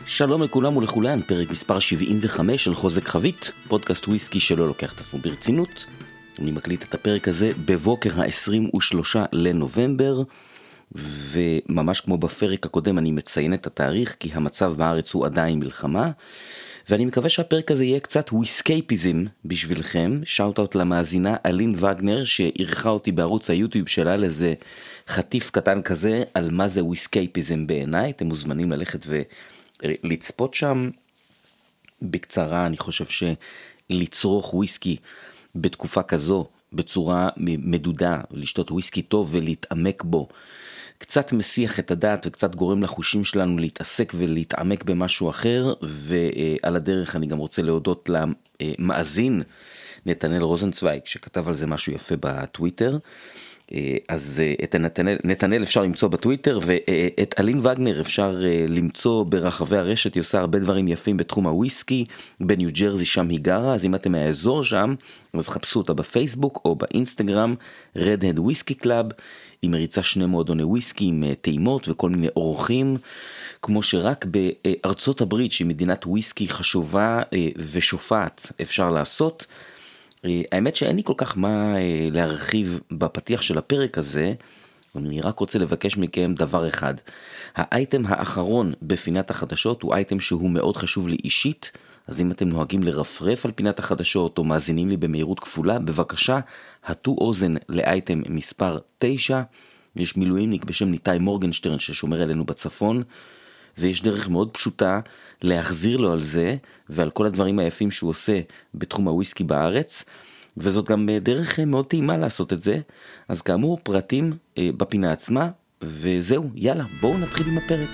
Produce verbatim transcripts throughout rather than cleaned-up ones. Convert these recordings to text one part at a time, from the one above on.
שלום לכולם ולכולן, פרק מספר שבעים וחמש של חוזק חבית, פודקאסט וויסקי שלא לוקח את עצמו ברצינות. אני מקליט את הפרק הזה בבוקר ה-עשרים ושלושה לנובמבר, וממש כמו בפרק הקודם אני מציין את התאריך, כי המצב בארץ הוא עדיין מלחמה, ואני מקווה שהפרק הזה יהיה קצת וויסקייפיזם בשבילכם. שאוט-אוט למאזינה אלין וגנר, שערכה אותי בערוץ היוטיוב שלה לזה חטיף קטן כזה, על מה זה וויסקייפיזם בעיניי. אתם מוזמנים ללכת ולצפות שם. בקצרה, אני חושב שלצרוך וויסקי בתקופה כזו, בצורה מדודה, לשתות וויסקי טוב ולהתעמק בו, קצת מסיח את הדעת וקצת גורם לחושים שלנו להתעסק ולהתעמק במשהו אחר. ועל הדרך אני גם רוצה להודות למאזין נתנאל רוזנצוויג, שכתב על זה משהו יפה בטוויטר. אז את נתנאל, נתנאל אפשר למצוא בטוויטר, ואת אלין וגנר אפשר למצוא ברחבי הרשת. היא עושה הרבה דברים יפים בתחום הוויסקי, בניו ג'רזי שם היא גרה, אז אם אתם מהאזור שם, אז חפשו אותה בפייסבוק או באינסטגרם, Redhead Whiskey Club. היא מריצה שני מועדוני וויסקי עם טעימות וכל מיני אורחים, כמו שרק בארצות הברית, שהיא מדינת וויסקי חשובה ושופעת, אפשר לעשות. האמת שאין לי כל כך מה להרחיב בפתיח של הפרק הזה, אני רק רוצה לבקש מכם דבר אחד. האייטם האחרון בפינת החדשות הוא אייטם שהוא מאוד חשוב לי אישית, אז אם אתם נוהגים לרפרף על פינת החדשות או מאזינים לי במהירות כפולה, בבקשה, הטו אוזן לאייטם מספר תשע. יש מילואימניק בשם ניתאי מורגנשטרן ששומר עלינו בצפון, ויש דרך מאוד פשוטה להחזיר לו על זה ועל כל הדברים היפים שהוא עושה בתחום הוויסקי בארץ, וזאת גם דרך מאוד טעימה לעשות את זה. אז כאמור, פרטים בפינה עצמה, וזהו, יאללה, בואו נתחיל עם הפרק.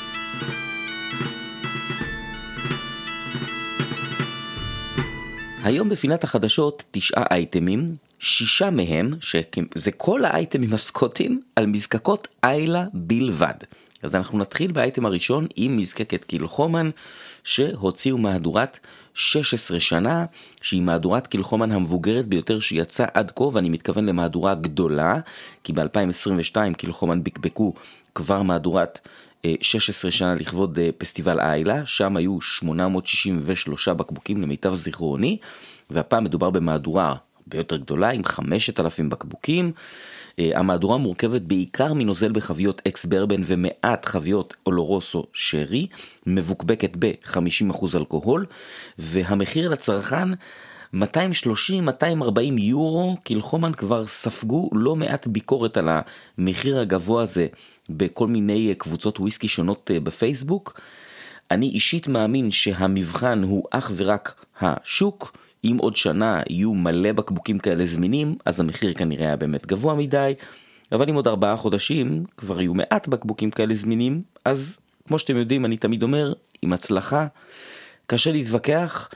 היום בפינת החדשות תשעה אייטמים, שישה מהם, שזה כל האייטמים הסקוטים, על מזקקות איילה בלבד. אז אנחנו נתחיל באייטם הראשון עם מזקקת קילחומן, שהוציאו מהדורת שש עשרה שנה, שהיא מהדורת קילחומן המבוגרת ביותר שיצא עד כה, ואני מתכוון למהדורה גדולה, כי ב-אלפיים עשרים ושתיים קילחומן בקבקו כבר מהדורת שש עשרה שנה לכבוד פסטיבל איילה, שם היו שמונה מאות שישים ושלושה בקבוקים למיטב זיכרוני, והפעם מדובר במהדורה ביותר גדולה עם חמשת אלפים בקבוקים. המהדורה מורכבת בעיקר מנוזל בחביות אקס ברבן ומעט חביות אולורוסו שרי, מבוקבקת ב-חמישים אחוז אלכוהול, והמחיר לצרכן מאתיים שלושים עד מאתיים ארבעים יורו. קילחומן כבר ספגו לא מעט ביקורת על המחיר הגבוה הזה בכל מיני קבוצות וויסקי שונות בפייסבוק. אני אישית מאמין שהמבחן הוא אך ורק השוק. אם עוד שנה יהיו מלא בקבוקים כאלה זמינים, אז המחיר כנראה היה באמת גבוה מדי, אבל אם עוד ארבעה חודשים כבר יהיו מעט בקבוקים כאלה זמינים, אז כמו שאתם יודעים, אני תמיד אומר, עם הצלחה, קשה להתווכח.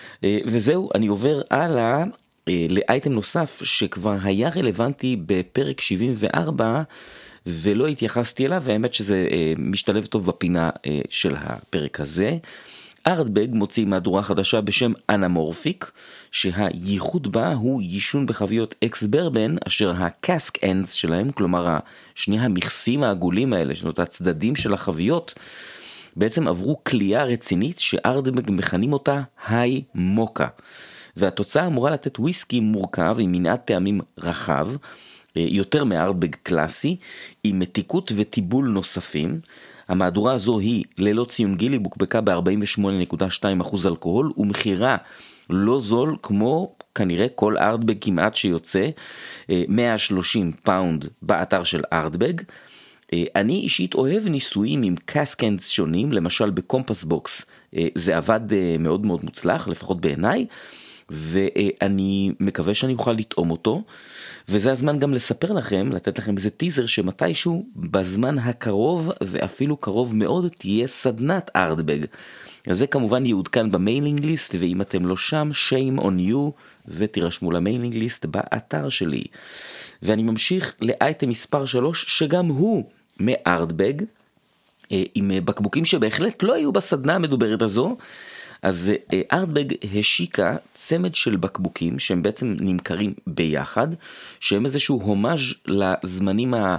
וזהו, אני עובר הלאה לאייטם נוסף שכבר היה רלוונטי בפרק שבעים וארבע, ולא התייחסתי אליו, והאמת שזה משתלב טוב בפינה של הפרק הזה. ארדבג מוציא מהדורה חדשה בשם אנמורפיק, שהייחוד בה הוא יישון בחביות אקס ברבן, אשר הקאסק אנדס שלהם, כלומר שני המכסים העגולים האלה, שנות הצדדים של החביות, בעצם עברו קליעה רצינית שארדבג מכנים אותה היי מוקה. והתוצאה אמורה לתת וויסקי מורכב עם מנעד טעמים רחב, יותר מארדבג קלאסי, עם מתיקות וטיבול נוספים. המהדורה הזו היא ללא ציון גיל, היא בוקבקה ב-ארבעים ושמונה נקודה שתיים אחוז אלכוהול, ומחירה לא זול כמו כנראה כל ארדבג כמעט שיוצא, מאה ושלושים פאונד באתר של ארדבג. אני אישית אוהב ניסויים עם קאסקנדס שונים, למשל בקומפס בוקס זה עבד מאוד מאוד מוצלח, לפחות בעיניי, ואני מקווה שאני אוכל לטעום אותו. וזה הזמן גם לספר לכם, לתת לכם איזה טיזר שמתישהו בזמן הקרוב ואפילו קרוב מאוד תהיה סדנת ארדבג. אז זה כמובן יעודכן במיילינג ליסט, ואם אתם לא שם, shame on you, ותירשמו למיילינג ליסט באתר שלי. ואני ממשיך לאייטם מספר שלוש, שגם הוא מארדבג, עם בקבוקים שבהחלט לא היו בסדנה המדוברת הזו. אז ארדבג השיקה צמד של בקבוקים שהם בעצם נמכרים ביחד, שהם איזשהו הומאז' לזמנים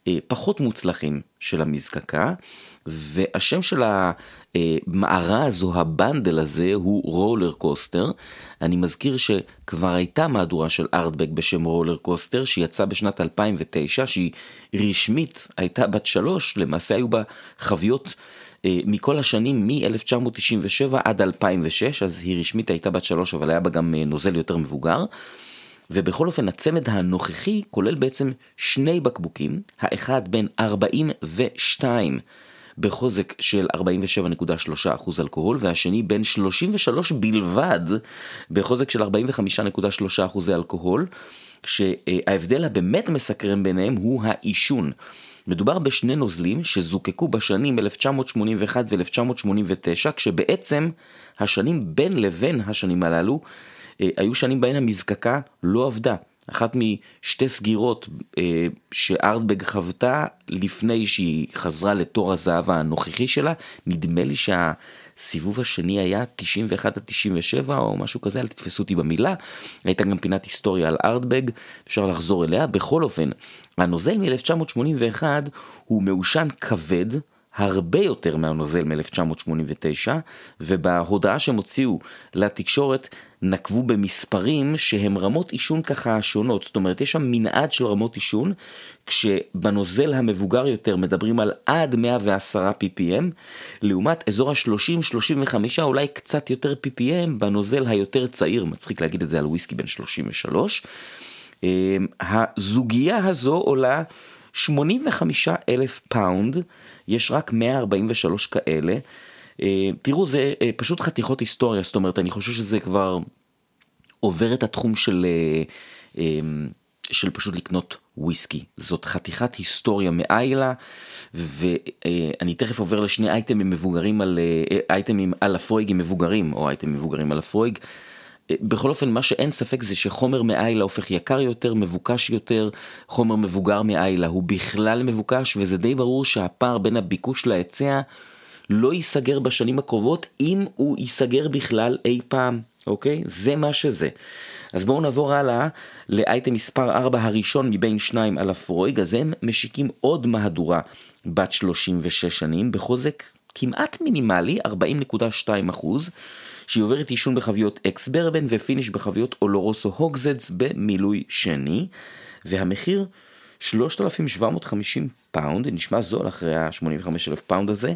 פחות מוצלחים של המזקקה, והשם של המארז או הבנדל הזה הוא רולר קוסטר. אני מזכיר שכבר הייתה מהדורה של ארטבג בשם רולר קוסטר, שיצאה בשנת אלפיים ותשע, שהיא רשמית הייתה בת שלוש, למעשה היו בה חוויות מכל השנים מ-אלף תשע מאות תשעים ושבע עד אלפיים ושש, אז היא רשמית הייתה בת שלוש, אבל היה בה גם נוזל יותר מבוגר. ובכל אופן הצמד הנוכחי כולל בעצם שני בקבוקים, האחד בין ארבעים ושתיים בחוזק של ארבעים ושבע נקודה שלושה אחוז אלכוהול, והשני בין שלושים ושלוש בלבד בחוזק של ארבעים וחמש נקודה שלושה אחוז אלכוהול, שההבדל הבאמת מסקרן ביניהם הוא העישון. מדובר בשני נוזלים שזוקקו בשנים אלף תשע מאות שמונים ואחת ו-אלף תשע מאות שמונים ותשע, כשבעצם השנים בין לבין השנים הללו היו שנים בהן המזקקה לא עבדה. אחת משתי סגירות אה, שארטבג חוותה לפני שהיא חזרה לתור הזהב הנוכחי שלה, נדמה לי שהסיבוב השני היה תשעים ואחת עד תשעים ושבע או משהו כזה, אל תתפסו אותי במילה. הייתה גם פינת היסטוריה על ארטבג, אפשר לחזור אליה. בכל אופן, הנוזל מ-אלף תשע מאות שמונים ואחת הוא מעושן כבד, הרבה יותר מהנוזל מ-אלף תשע מאות שמונים ותשע, ובהודעה שהם הוציאו לתקשורת נקבו במספרים שהם רמות אישון ככה שונות. זאת אומרת, יש שם מנעד של רמות אישון, כשבנוזל המבוגר יותר מדברים על עד מאה ועשרה פי פי אם, לעומת אזור ה-שלושים שלושים וחמש, אולי קצת יותר פי פי אם, בנוזל היותר צעיר, מצחיק להגיד את זה על וויסקי בין שלושים ושלוש. הזוגיה הזו עולה שמונים וחמישה אלף פאונד, יש רק מאה ארבעים ושלוש כאלה. תראו, זה פשוט חתיכות היסטוריה, זאת אומרת, אני חושב שזה כבר עובר את התחום של, של פשוט לקנות וויסקי. זאת חתיכת היסטוריה מאיילה, ואני תכף עובר לשני אייטמים מבוגרים על, אייטמים על הפרויגים מבוגרים, או אייטמים מבוגרים על הפרויג. בכל אופן, מה שאין ספק זה שחומר מאיילה הופך יקר יותר, מבוקש יותר. חומר מבוגר מאיילה הוא בכלל מבוקש, וזה די ברור שהפער בין הביקוש להיצע לא ייסגר בשנים הקרובות, אם הוא ייסגר בכלל אי פעם, אוקיי? זה מה שזה. אז בואו נעבור הלאה לאייטם מספר ארבע, הראשון מבין שניים על הפרויג. אז הם משיקים עוד מהדורה בת שלושים ושש שנים, בחוזק כמעט מינימלי, ארבעים נקודה שתיים אחוז, שהיא עוברת אישון בחביות אקס ברבן ופיניש בחביות אולורוסו הוגזדס במילוי שני, והמחיר שלושת אלפים שבע מאות וחמישים פאונד, נשמע זול אחרי ה-שמונים וחמישה אלף פאונד הזה.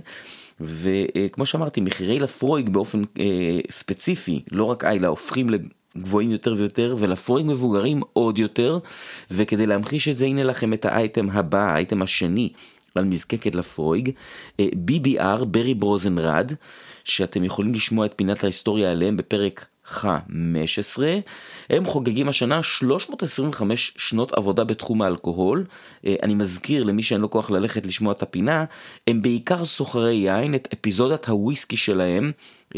וכמו שאמרתי, מחירי לפרויג באופן אה, ספציפי, לא רק איילה, הופכים לגבוהים יותר ויותר, ולפרויג מבוגרים עוד יותר. וכדי להמחיש את זה, הנה לכם את האייטם הבא, האייטם השני על מזקקת לפרויג, בי בי אר, ברי ברוזנרד, שאתם יכולים לשמוע את פינת ההיסטוריה עליהם בפרק חמש עשרה. הם חוגגים השנה שלוש מאות עשרים וחמש שנות עבודה בתחום האלכוהול. אני מזכיר למי שאין לו כוח ללכת לשמוע את הפינה, הם בעיקר סוחרי יין. את אפיזודת הוויסקי שלהם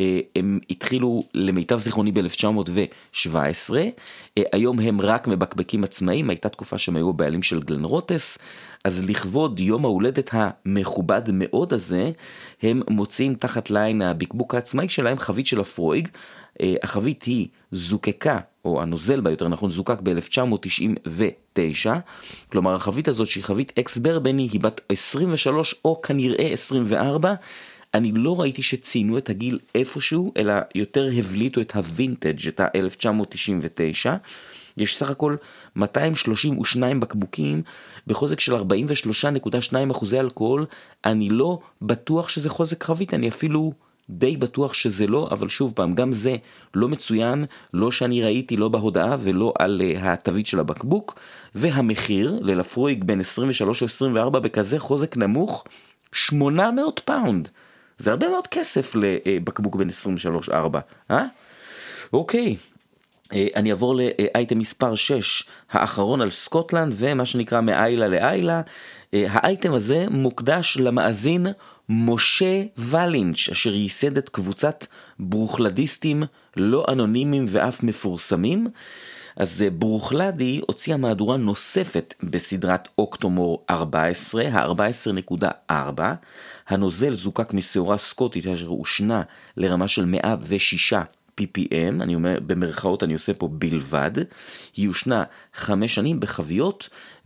הם התחילו למיטב זיכרוני ב-אלף תשע מאות שבע עשרה. היום הם רק מבקבקים עצמאים, הייתה תקופה שהם היו הבעלים של גלנרוטס. אז לכבוד יום ההולדת המכובד מאוד הזה, הם מוצאים תחת ליין הבקבוק העצמאי שלהם חבית של הפרויג. החבית היא זוקקה, או הנוזל בה יותר נכון, זוקק ב-אלף תשע מאות תשעים ותשע, כלומר החבית הזאת שהיא חבית אקס ברבני היא בת עשרים ושלוש או כנראה עשרים וארבע. אני לא ראיתי שציינו את הגיל איפשהו, אלא יותר הבליטו את הווינטג', את ה-אלף תשע מאות תשעים ותשע. יש סך הכל מאתיים שלושים ושניים בקבוקים בחוזק של ארבעים ושלוש נקודה שתיים אחוזי אלכוהול. אני לא בטוח שזה חוזק חבית, אני אפילו די בטוח שזה לא, אבל שוב פעם, גם זה לא מצוין, לא שאני ראיתי, לא בהודעה ולא על uh, התווית של הבקבוק. והמחיר ללפרויג בין עשרים ושלוש או עשרים וארבע בכזה חוזק נמוך, שמונה מאות פאונד. זה הרבה מאוד כסף לבקבוק בין עשרים ושלוש ארבע, אה? אוקיי. אני אעבור לאייטם מספר שש, האחרון על סקוטלנד, ומה שנקרא מאיילה לאיילה. האייטם הזה מוקדש למאזין משה ולינץ', אשר ייסד את קבוצת ברוכלדיסטים לא אנונימיים ואף מפורסמים. אז ברוכלדי הוציאה מהדורה נוספת בסדרת אוקטומור ארבע עשרה, ה-ארבע עשרה נקודה ארבע. הנוזל זוקק מסעורה סקוטית אשר הושנה לרמה של מאה ושש פי פי אם, אני אומר במרכאות, אני עושה פה בלבד. היא הושנה חמש שנים בחביות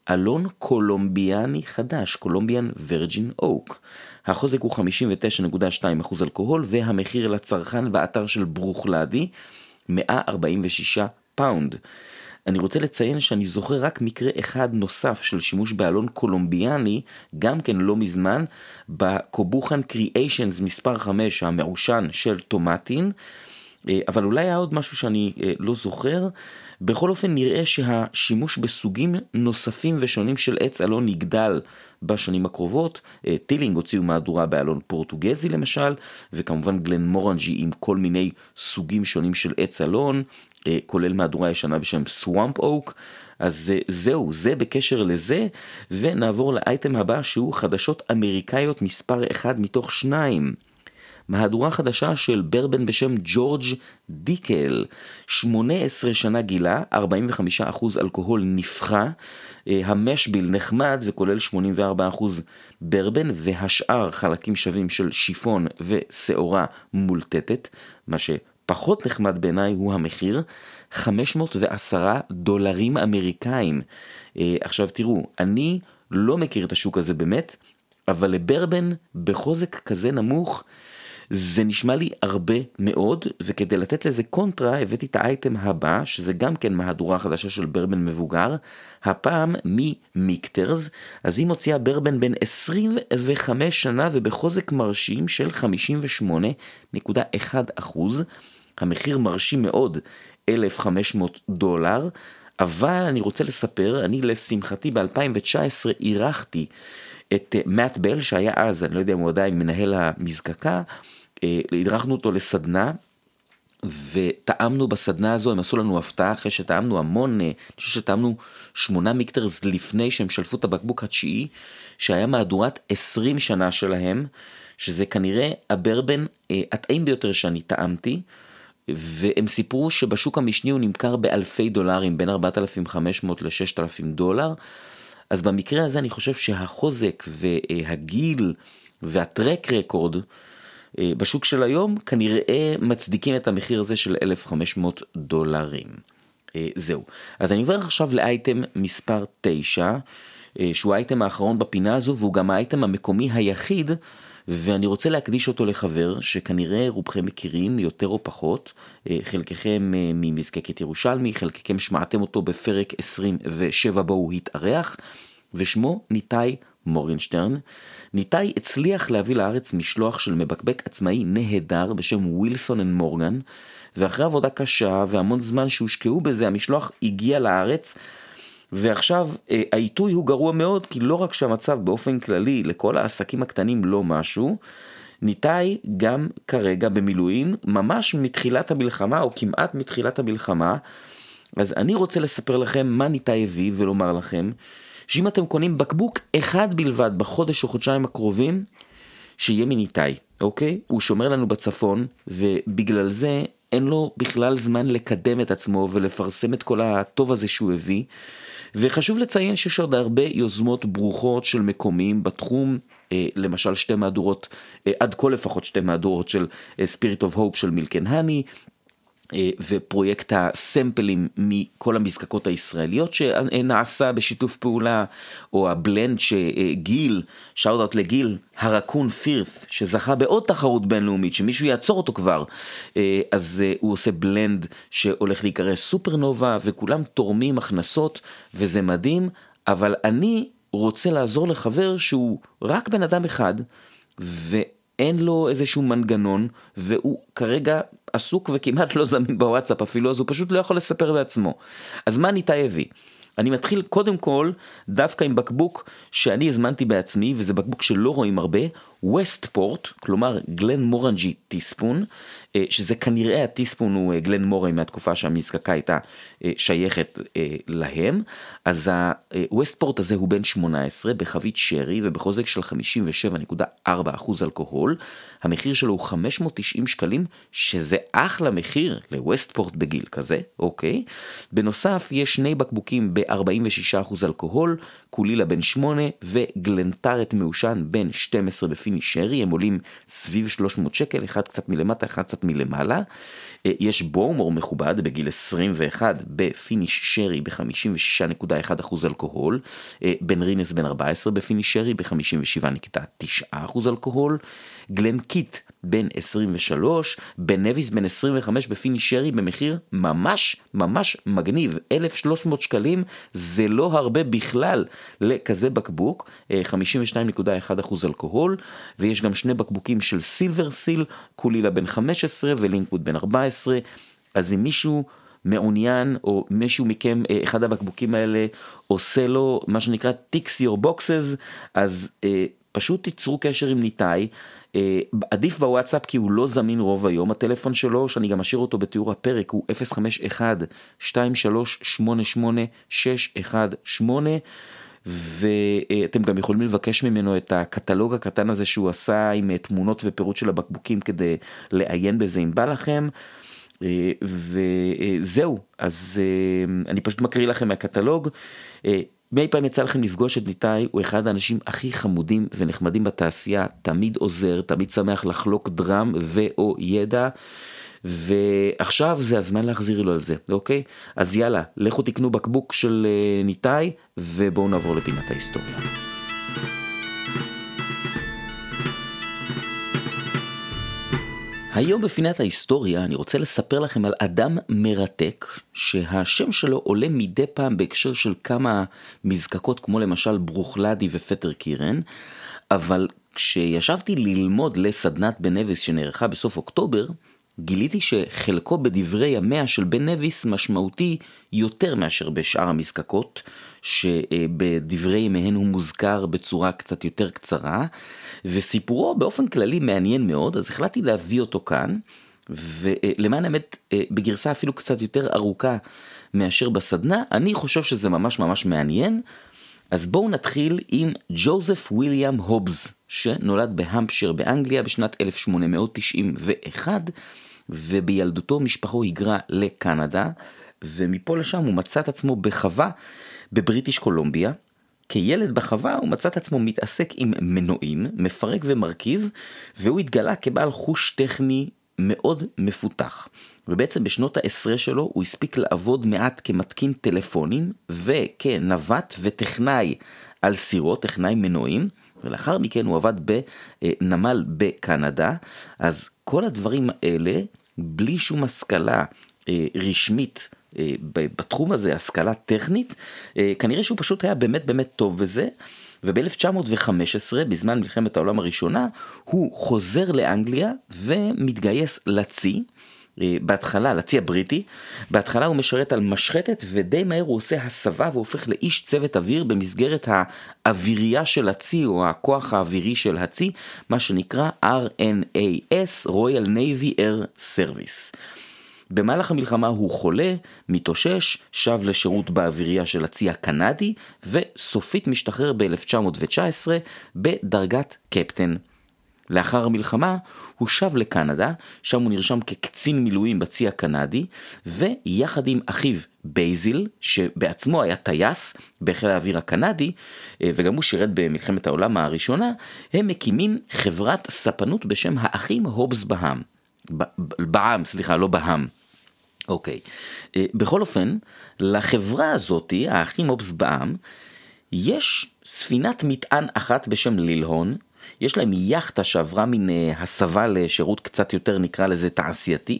אלון קולומביאני חדש, קולומביאן וירג'ין אוק. החוזק הוא חמישים ותשע נקודה שתיים אחוז אלכוהול, והמחיר לצרכן באתר של ברוכלדי, מאה ארבעים ושישה פאונד. אני רוצה לציין שאני זוכר רק מקרה אחד נוסף של שימוש באלון קולומביאני, גם כן לא מזמן, בקובוחן קריאיישנס מספר חמש המעושן של טומטין, אבל אולי היה עוד משהו שאני לא זוכר. בכל אופן נראה שהשימוש בסוגים נוספים ושונים של עץ אלון יגדל בשנים הקרובות. טילינג הוציאו מהדורה באלון פורטוגזי למשל, וכמובן גלן מורנג'י עם כל מיני סוגים שונים של עץ אלון, כולל מהדורה ישנה בשם סוואמפ אוק. אז זהו, זה בקשר לזה, ונעבור לאייטם הבא שהוא חדשות אמריקאיות מספר אחד מתוך שניים. מהדורה חדשה של ברבן בשם ג'ורג' דיקל, שמונה עשרה שנה גילה, ארבעים וחמישה אחוז אלכוהול נפחה, המשביל נחמד וכולל שמונים וארבעה אחוז ברבן, והשאר חלקים שווים של שיפון ושעורה מולטטת. מה שפחות נחמד בעיניי הוא המחיר, חמש מאות ועשרה דולרים אמריקאים. עכשיו תראו, אני לא מכיר את השוק הזה באמת, אבל לברבן בחוזק כזה נמוך, זה נשמע לי הרבה מאוד, וכדי לתת לזה קונטרה, הבאתי את האייטם הבא, שזה גם כן מהדורה חדשה של ברבן מבוגר, הפעם ממיקטרס. אז היא מוציאה ברבן בין עשרים וחמש שנה, ובחוזק מרשים של חמישים ושמונה נקודה אחת אחוז. המחיר מרשים מאוד, אלף וחמש מאות דולר, אבל אני רוצה לספר, אני לשמחתי ב-אלפיים תשע עשרה אירחתי את מאט בל, שהיה אז, אני לא יודע אם הוא עדיין מנהל המזקקה, אירחנו אותו לסדנה, וטעמנו בסדנה הזו, הם עשו לנו הפתעה, אחרי שטעמנו המון, אני חושב שטעמנו שמונה מיקטרס לפני שהם שלפו את הבקבוק התשיעי, שהיה מהדורת עשרים שנה שלהם, שזה כנראה הברבן הטעים ביותר שאני טעמתי, והם סיפרו שבשוק המשני הוא נמכר באלפי דולרים, בין ארבעת אלפים וחמש מאות ל-ששת אלפים דולר. אז במקרה הזה אני חושב שהחוזק והגיל והטרק רקורד בשוק של היום כנראה מצדיקים את המחיר הזה של אלף וחמש מאות דולרים. זהו. אז אני עובר עכשיו לאייטם מספר תשע, שהוא האייטם האחרון בפינה הזו, והוא גם האייטם המקומי היחיד, ואני רוצה להקדיש אותו לחבר שכנראה רובכם מכירים יותר או פחות, חלקכם ממזקקת ירושלמי, חלקכם שמעתם אותו בפרק עשרים ושבע בו הוא התארח, ושמו ניתאי מורגנשטרן. ניתאי הצליח להביא לארץ משלוח של מבקבק עצמאי נהדר בשם ווילסון אנד מורגן, ואחרי עבודה קשה והמון זמן שהושקעו בזה, המשלוח הגיע לארץ, ועכשיו העיתוי הוא גרוע מאוד, כי לא רק שהמצב באופן כללי לכל העסקים הקטנים לא משהו, ניתאי גם כרגע במילואים, ממש מתחילת המלחמה או כמעט מתחילת המלחמה. אז אני רוצה לספר לכם מה ניתאי הביא ולומר לכם, שאם אתם קונים בקבוק אחד בלבד בחודש או חודשיים הקרובים, שיהיה מניתאי, אוקיי? הוא שומר לנו בצפון, ובגלל זה אין לו בכלל זמן לקדם את עצמו ולפרסם את כל הטוב הזה שהוא הביא. וחשוב לציין שיש עוד הרבה יוזמות ברוכות של מקומיים בתחום, למשל שתי מהדורות, עד כה לפחות שתי מהדורות של Spirit of Hope של מילק אנד הני, ופרויקט הסמפלים מכל המזקקות הישראליות שנעשה בשיתוף פעולה, או הבלנד שגיל, שאוט אאוט לגיל, הרקון פירת' שזכה בעוד תחרות בינלאומית, שמישהו יעצור אותו כבר, אז הוא עושה בלנד שהולך להיקרא סופרנובה, וכולם תורמים הכנסות, וזה מדהים. אבל אני רוצה לעזור לחבר שהוא רק בן אדם אחד, ואין לו איזשהו מנגנון, והוא כרגע עסוק וכמעט לא זמין בוואטסאפ אפילו, אז הוא פשוט לא יכול לספר בעצמו. אז מה ניתאי הביא? אני מתחיל קודם כל דווקא עם בקבוק שאני הזמנתי בעצמי, וזה בקבוק שלא רואים הרבה, ווסטפורט, כלומר גלן מורנג'י טיספון, שזה כנראה הטיספון הוא גלן מורנג'י מהתקופה שהמזקקה הייתה שייכת להם. אז הווסטפורט הזה הוא בן שמונה עשרה בחבית שרי ובחוזק של חמישים ושבע נקודה ארבע אחוז אלכוהול. המחיר שלו הוא חמש מאות ותשעים שקלים, שזה אחלה מחיר לווסטפורט בגיל כזה, אוקיי? בנוסף יש שני בקבוקים ב ב-ארבעים ושישה אחוז אלכוהול, קולילה בן שמונה וגלנטרת מעושן בן שתים עשרה בפיניש שרי, הם עולים סביב שלוש מאות שקל, אחד קצת מלמטה, אחד קצת מלמעלה. יש בורמור מכובד בגיל עשרים ואחת בפיניש שרי ב-חמישים ושש נקודה אחת אחוז אלכוהול, בן רינס בן ארבע עשרה בפיניש שרי ב-חמישים ושבע נקודה תשע אחוז אלכוהול, גלן קיט בן עשרים ושלוש, בן נביס בן עשרים וחמש בפיניש שרי במחיר ממש ממש מגניב, אלף ושלוש מאות שקלים, זה לא הרבה בכלל לכזה בקבוק, חמישים ושתיים נקודה אחת אחוז אלכוהול, ויש גם שני בקבוקים של סילבר סיל, קולילה בן חמש עשרה ולינקווד בן ארבע עשרה, אז אם מישהו מעוניין, או מישהו מכם, אחד הבקבוקים האלה עושה לו מה שנקרא ticks your boxes, אז אה, פשוט תיצרו קשר עם ניתאי, אה, עדיף בוואטסאפ כי הוא לא זמין רוב היום, הטלפון שלו שאני גם אשאיר אותו בתיאור הפרק הוא אפס חמש אחת שתיים שלוש שמונה שמונה שש אחת שמונה, ואתם גם יכולים לבקש ממנו את הקטלוג הקטן הזה שהוא עשה עם תמונות ופירוט של הבקבוקים כדי לעיין בזה אם בא לכם. וזהו, אז אני פשוט מקריא לכם מהקטלוג. מי פעם יצא לכם לפגוש את ניתאי, הוא אחד האנשים הכי חמודים ונחמדים בתעשייה, תמיד עוזר, תמיד שמח לחלוק דרם ואו ידע, ועכשיו זה הזמן להחזיר לו על זה, אוקיי? אז יאללה, לכו תקנו בקבוק של ניתאי, ובואו נעבור לפינת ההיסטוריה. היום בפינת ההיסטוריה אני רוצה לספר לכם על אדם מרתק שהשם שלו עולה מדי פעם בהקשר של כמה מזקקות כמו למשל ברוכלדי ופטר קירן, אבל כשישבתי ללמוד לסדנת בן נביס שנערכה בסוף אוקטובר, גיליתי שחלקו בדברי ימיה של בן נביס משמעותי יותר מאשר בשאר המזקקות, שבדברי ימיהן הוא מוזכר בצורה קצת יותר קצרה, וסיפורו באופן כללי מעניין מאוד, אז החלטתי להביא אותו כאן, ולמען האמת בגרסה אפילו קצת יותר ארוכה מאשר בסדנה, אני חושב שזה ממש ממש מעניין. אז בואו נתחיל עם ג'וזף וויליאם הובס, שנולד בהמפשיר באנגליה בשנת אלף שמונה מאות תשעים ואחת, ובילדותו משפחו היגרה לקנדה, ומפה לשם הוא מצא את עצמו בחווה בבריטיש קולומביה. כילד בחווה הוא מצא את עצמו מתעסק עם מנועים, מפרק ומרכיב, והוא התגלה כבעל חוש טכני מאוד מפותח. ובעצם בשנות העשרה שלו הוא הספיק לעבוד מעט כמתקין טלפונים וכנווט וטכנאי על סירות, טכנאי מנועים, ולאחר מכן הוא עבד בנמל בקנדה. אז כל הדברים האלה בלי שום השכלה רשמית בתחום הזה, השכלה טכנית, כנראה שהוא פשוט היה באמת באמת טוב בזה. וב-אלף תשע מאות וחמש עשרה, בזמן מלחמת העולם הראשונה, הוא חוזר לאנגליה ומתגייס לצי, בהתחלה, לצי הבריטי. בהתחלה הוא משרת על משחטת, ודי מהר הוא עושה הסבה והופך לאיש צוות אוויר במסגרת האווירייה של הצי, או הכוח האווירי של הצי, מה שנקרא אר אן איי אס, Royal Navy Air Service. במהלך המלחמה הוא חולה, מתאושש, שב לשירות באווירייה של הצי הקנדי, וסופית משתחרר ב-אלף תשע מאות תשע עשרה בדרגת קפטן. לאחר המלחמה הוא שב לקנדה, שם הוא נרשם כקצין מילואים בצי הקנדי, ויחד עם אחיו בייזיל, שבעצמו היה טייס בחיל האוויר הקנדי, וגם הוא שירת במלחמת העולם הראשונה, הם מקימים חברת ספנות בשם האחים הובס בע"מ. בע"מ, סליחה, לא בע"מ. אוקיי. בכל אופן, לחברה הזאת, האחים הובס בע"מ, יש ספינת מטען אחת בשם לילהון, יש להם יחטה שעברה מן הסבה לשירות קצת יותר, נקרא לזה תעשייתי,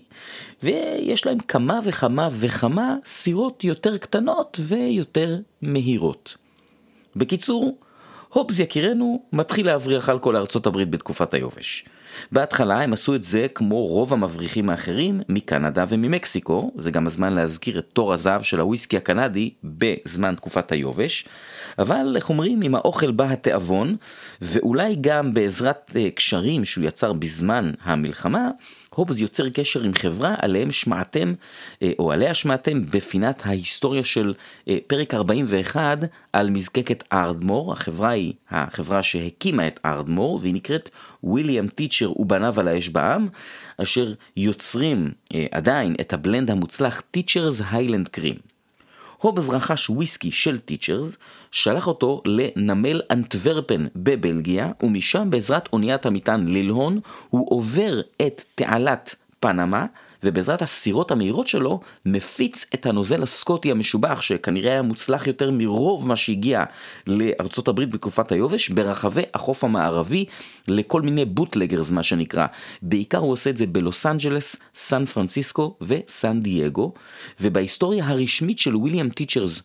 ויש להם כמה וכמה וכמה סירות יותר קטנות ויותר מהירות. בקיצור, הובס יקירנו מתחיל להבריח על כל ארצות הברית בתקופת היובש. בהתחלה הם עשו את זה כמו רוב המבריחים האחרים מקנדה וממקסיקו, זה גם הזמן להזכיר את תור הזהב של הוויסקי הקנדי בזמן תקופת היובש, אבל איך אומרים, עם האוכל בא התיאבון, ואולי גם בעזרת קשרים שהוא יצר בזמן המלחמה, הובס יוצר קשר עם חברה עליהם שמעתם, או עליה שמעתם בפינת ההיסטוריה של פרק ארבעים ואחת על מזקקת ארדמור. החברה היא החברה שהקימה את ארדמור, והיא נקראת וויליאם טיצ'ר ובניו על האש בע"מ, אשר יוצרים עדיין את הבלנד המוצלח טיצ'רס היילנד קרים. הובס רכש וויסקי של טיצ'רס, שלח אותו לנמל אנטוורפן בבלגיה, ומשם בעזרת אוניית המטען לילהון, הוא עובר את תעלת פנמה, ובעזרת הסירות המהירות שלו, מפיץ את הנוזל הסקוטי המשובח, שכנראה היה מוצלח יותר מרוב מה שהגיע לארצות הברית בתקופת היובש, ברחבי החוף המערבי, לכל מיני בוטלגרס מה שנקרא. בעיקר הוא עושה את זה בלוס אנג'לס, סן פרנסיסקו וסן דייגו, ובהיסטוריה הרשמית של וויליאם טיצ'רס,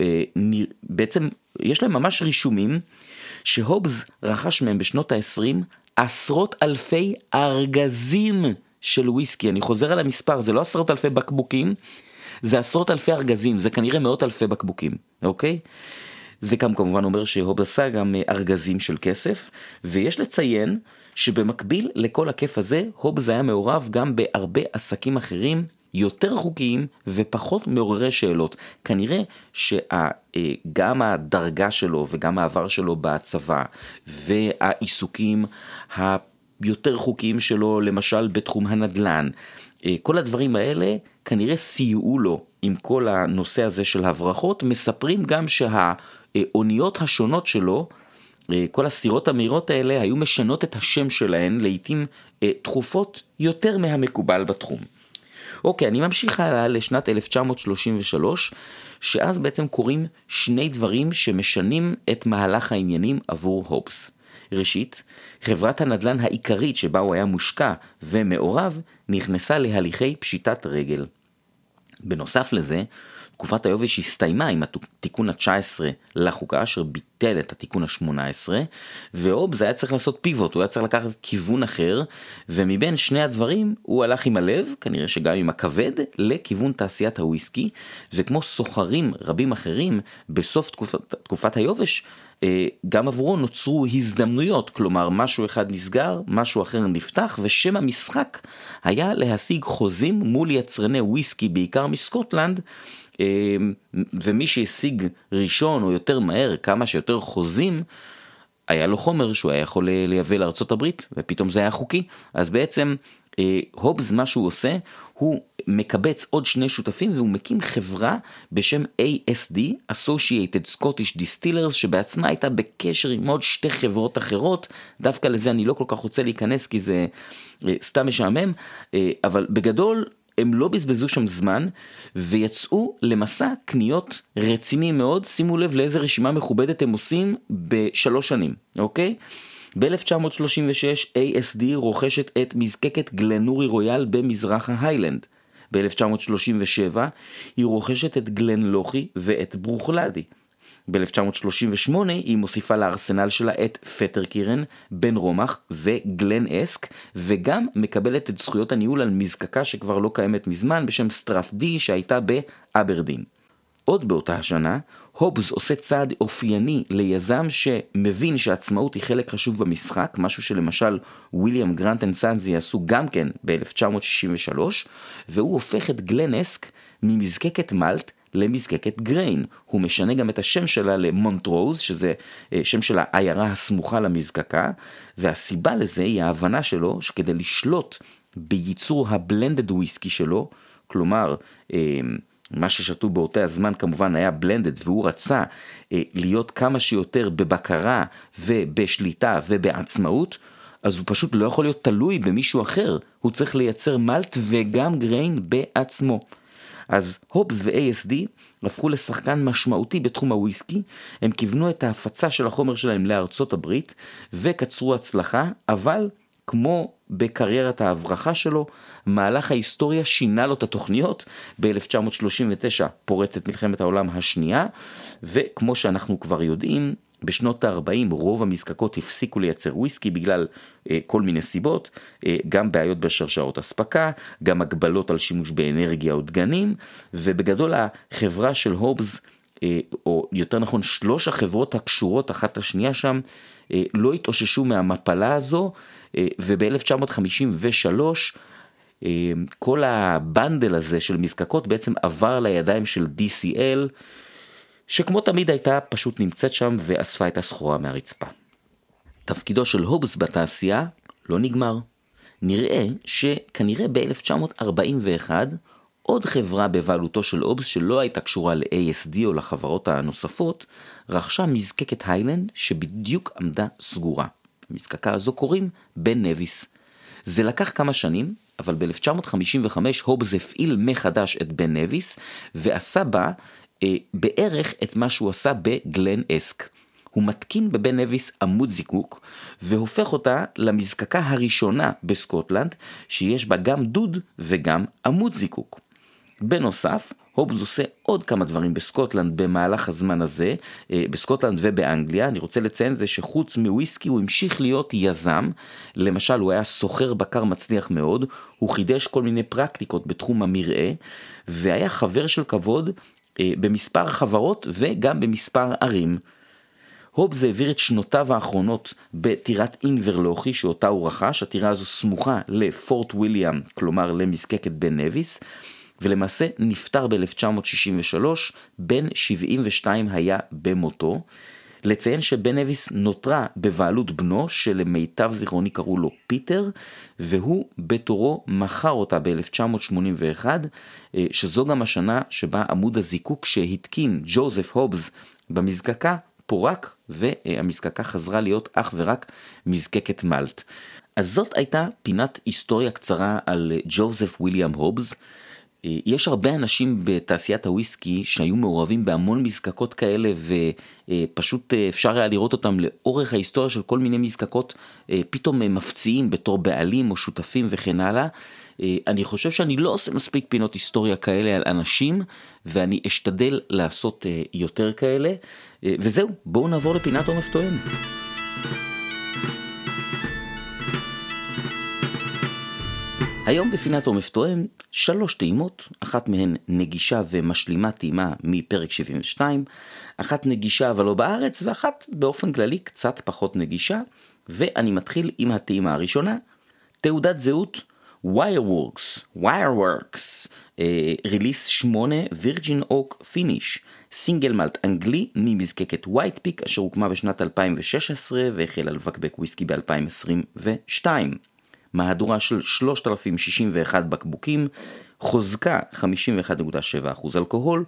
בעצם יש להם ממש רישומים, שהובס רכש מהם בשנות ה-עשרים, עשרות אלפי ארגזים של וויסקי. אני חוזר על המספר, זה לא עשרות אלפי בקבוקים, זה עשרות אלפי ארגזים, זה כנראה מאות אלפי בקבוקים, אוקיי? זה גם כמובן אומר שהובס עשה גם ארגזים של כסף, ויש לציין שבמקביל לכל הכיף הזה, הובס היה מעורב גם בהרבה עסקים אחרים, יותר חוקיים ופחות מעוררי שאלות. כנראה שגם הדרגה שלו וגם העבר שלו בצבא, והעיסוקים ה... יותר חוקיים שלו, למשל בתחום הנדלן. כל הדברים האלה כנראה סייעו לו עם כל הנושא הזה של הברחות. מספרים גם שהאוניות השונות שלו, כל הסירות המהירות האלה, היו משנות את השם שלהן לעתים תכופות יותר מהמקובל בתחום. אוקיי, אני ממשיך הלאה לשנת אלף תשע מאות שלושים ושלוש, שאז בעצם קורים שני דברים שמשנים את מהלך העניינים עבור הובס. ראשית, חברת הנדלן העיקרית שבה הוא היה מושקע ומעורב, נכנסה להליכי פשיטת רגל. בנוסף לזה, תקופת היובש הסתיימה עם התיקון ה-תשע עשרה לחוקה, אשר ביטל את התיקון ה-שמונה עשרה, והובס היה צריך לעשות פיבוט, הוא היה צריך לקחת כיוון אחר, ומבין שני הדברים הוא הלך עם הלב, כנראה שגם עם הכבד, לכיוון תעשיית הוויסקי, וכמו סוחרים רבים אחרים, בסוף תקופת, תקופת היובש, גם עבורו נוצרו הזדמנויות, כלומר משהו אחד נסגר, משהו אחר נפתח, ושם המשחק היה להשיג חוזים מול יצרני וויסקי, בעיקר מסקוטלנד, ומי שהשיג ראשון או יותר מהר, כמה שיותר חוזים, היה לו חומר שהוא היה יכול לייבא לארצות הברית, ופתאום זה היה חוקי. אז בעצם הובס, מה שהוא עושה, הוא מקבץ עוד שני שותפים, והוא מקים חברה בשם איי אס די, Associated Scottish Distillers, שבעצמה הייתה בקשר עם עוד שתי חברות אחרות. דווקא לזה אני לא כל כך רוצה להיכנס, כי זה סתם משעמם, אבל בגדול הם לא בזבזו שם זמן, ויצאו למסע קניות רציני מאוד. שימו לב לאיזה רשימה מכובדת הם עושים בשלוש שנים, אוקיי? ב-אלף תשע מאות שלושים ושש איי אס די רוכשת את מזקקת גלנורי רויאל במזרח ההיילנד. ב-אלף תשע מאות שלושים ושבע היא רוכשת את גלן לוחי ואת ברוכלדי. ב-אלף תשע מאות שלושים ושמונה היא מוסיפה לארסנל שלה את פטר קירן, בן רומח וגלן אסק, וגם מקבלת את זכויות הניהול על מזקקה שכבר לא קיימת מזמן בשם סטרף די, שהייתה באברדין. עוד באותה השנה, הובס עושה צעד אופייני ליזם שמבין שהעצמאות היא חלק חשוב במשחק, משהו שלמשל וויליאם גרנט אנד סאנס יעשו גם כן ב-אלף תשע מאות שישים ושלוש, והוא הופך את גלן אסק ממזקקת מלט למזקקת גריין. הוא משנה גם את השם שלה למונטרוז, שזה שם של העיירה הסמוכה למזקקה, והסיבה לזה היא ההבנה שלו שכדי לשלוט בייצור הבלנדד וויסקי שלו, כלומר מה ששתו באותה הזמן כמובן היה בלנדד, והוא רצה אה, להיות כמה שיותר בבקרה ובשליטה ובעצמאות, אז הוא פשוט לא יכול להיות תלוי במישהו אחר, הוא צריך לייצר מלט וגם גריין בעצמו. אז הובס ו-איי אס די הפכו לשחקן משמעותי בתחום הוויסקי, הם כיוונו את ההפצה של החומר שלהם לארצות הברית, וקצרו הצלחה, אבל כמו בקריירת ההברחה שלו, מהלך ההיסטוריה שינה לו את התוכניות. ב-אלף תשע מאות שלושים ותשע פורצת מלחמת העולם השנייה, וכמו שאנחנו כבר יודעים, בשנות ה-ארבעים רוב המזקקות הפסיקו לייצר וויסקי בגלל אה, כל מיני סיבות, אה, גם בעיות בשרשרות הספקה, גם הגבלות על שימוש באנרגיה או דגנים, ובגדול החברה של הובס, אה, או יותר נכון שלוש החברות הקשורות אחת לשנייה שם, אה, לא התאוששו מהמפלה הזו, אה, וב-אלף תשע מאות חמישים ושלוש אה, כל הבנדל הזה של מזקקות בעצם עבר לידיים של די סי אל, שכמו תמיד הייתה פשוט נמצאת שם ואספה את הסחורה מהרצפה. תפקידו של הובס בתעשייה לא נגמר. נראה שכנראה ב-אלף תשע מאות ארבעים ואחת עוד חברה בבעלותו של הובס שלא הייתה קשורה ל-איי אס די או לחברות הנוספות, רכשה מזקקת היילנד שבדיוק עמדה סגורה. המזקקה הזו קוראים בן נביס. זה לקח כמה שנים, אבל ב-אלף תשע מאות חמישים וחמש הובס הפעיל מחדש את בן נביס, ועשה בה אה, בערך את מה שהוא עשה בגלן אסק. הוא מתקין בבן נביס עמוד זיקוק, והופך אותה למזקקה הראשונה בסקוטלנד, שיש בה גם דוד וגם עמוד זיקוק. בנוסף, הובס עושה עוד כמה דברים בסקוטלנד במהלך הזמן הזה, בסקוטלנד ובאנגליה. אני רוצה לציין זה שחוץ מוויסקי הוא המשיך להיות יזם, למשל הוא היה סוחר בקר מצליח מאוד, הוא חידש כל מיני פרקטיקות בתחום המרעה, והיה חבר של כבוד במספר חברות וגם במספר ערים. הובס העביר את שנותיו האחרונות בטירת אינברלוכי שאותה הוא רכש, הטירה הזו סמוכה לפורט וויליאם, כלומר למזקקת בן נביס, ולמעשה נפטר ב-אלף תשע מאות שישים ושלוש, בן שבעים ושתיים היה במותו. לציין שבן נביס נותרה בבעלות בנו, שלמיטב זיכרוני קראו לו פיטר, והוא בתורו מכר אותה ב-אלף תשע מאות שמונים ואחת, שזו גם השנה שבה עמוד הזיקוק שהתקין ג'וזף הובס במזקקה פורק, והמזקקה חזרה להיות אך ורק מזקקת מלט. אז זאת הייתה פינת היסטוריה קצרה על ג'וזף וויליאם הובס. יש הרבה אנשים בתעשיית הוויסקי שהיו מעורבים בהמון מזקקות כאלה, ופשוט אפשר היה לראות אותם לאורך ההיסטוריה של כל מיני מזקקות, פתאום מפציעים בתור בעלים או שותפים וכן הלאה. אני חושב שאני לא עושה מספיק פינות היסטוריה כאלה על אנשים, ואני אשתדל לעשות יותר כאלה. וזהו, בואו נעבור לפינת עומף תואם. היום בפינת עומף תואם שלוש טעימות, אחת מהן נגישה ומשלימה טעימה מפרק שבעים ושתיים, אחת נגישה אבל לא בארץ, ואחת באופן כללי קצת פחות נגישה, ואני מתחיל עם הטעימה הראשונה, תעודת זהות Wireworks, Wireworks, ריליס שמונה, וירג'ין אוק פיניש, סינגל מלט אנגלי ממזקקת ווייט פיק, אשר הוקמה בשנת אלפיים ושש עשרה והחלה לבקבק וויסקי ב-אלפיים עשרים ושתיים. מהדורה של שלושת אלפים שישים ואחת בקבוקים, חוזקה חמישים ואחת נקודה שבע אחוז אלכוהול,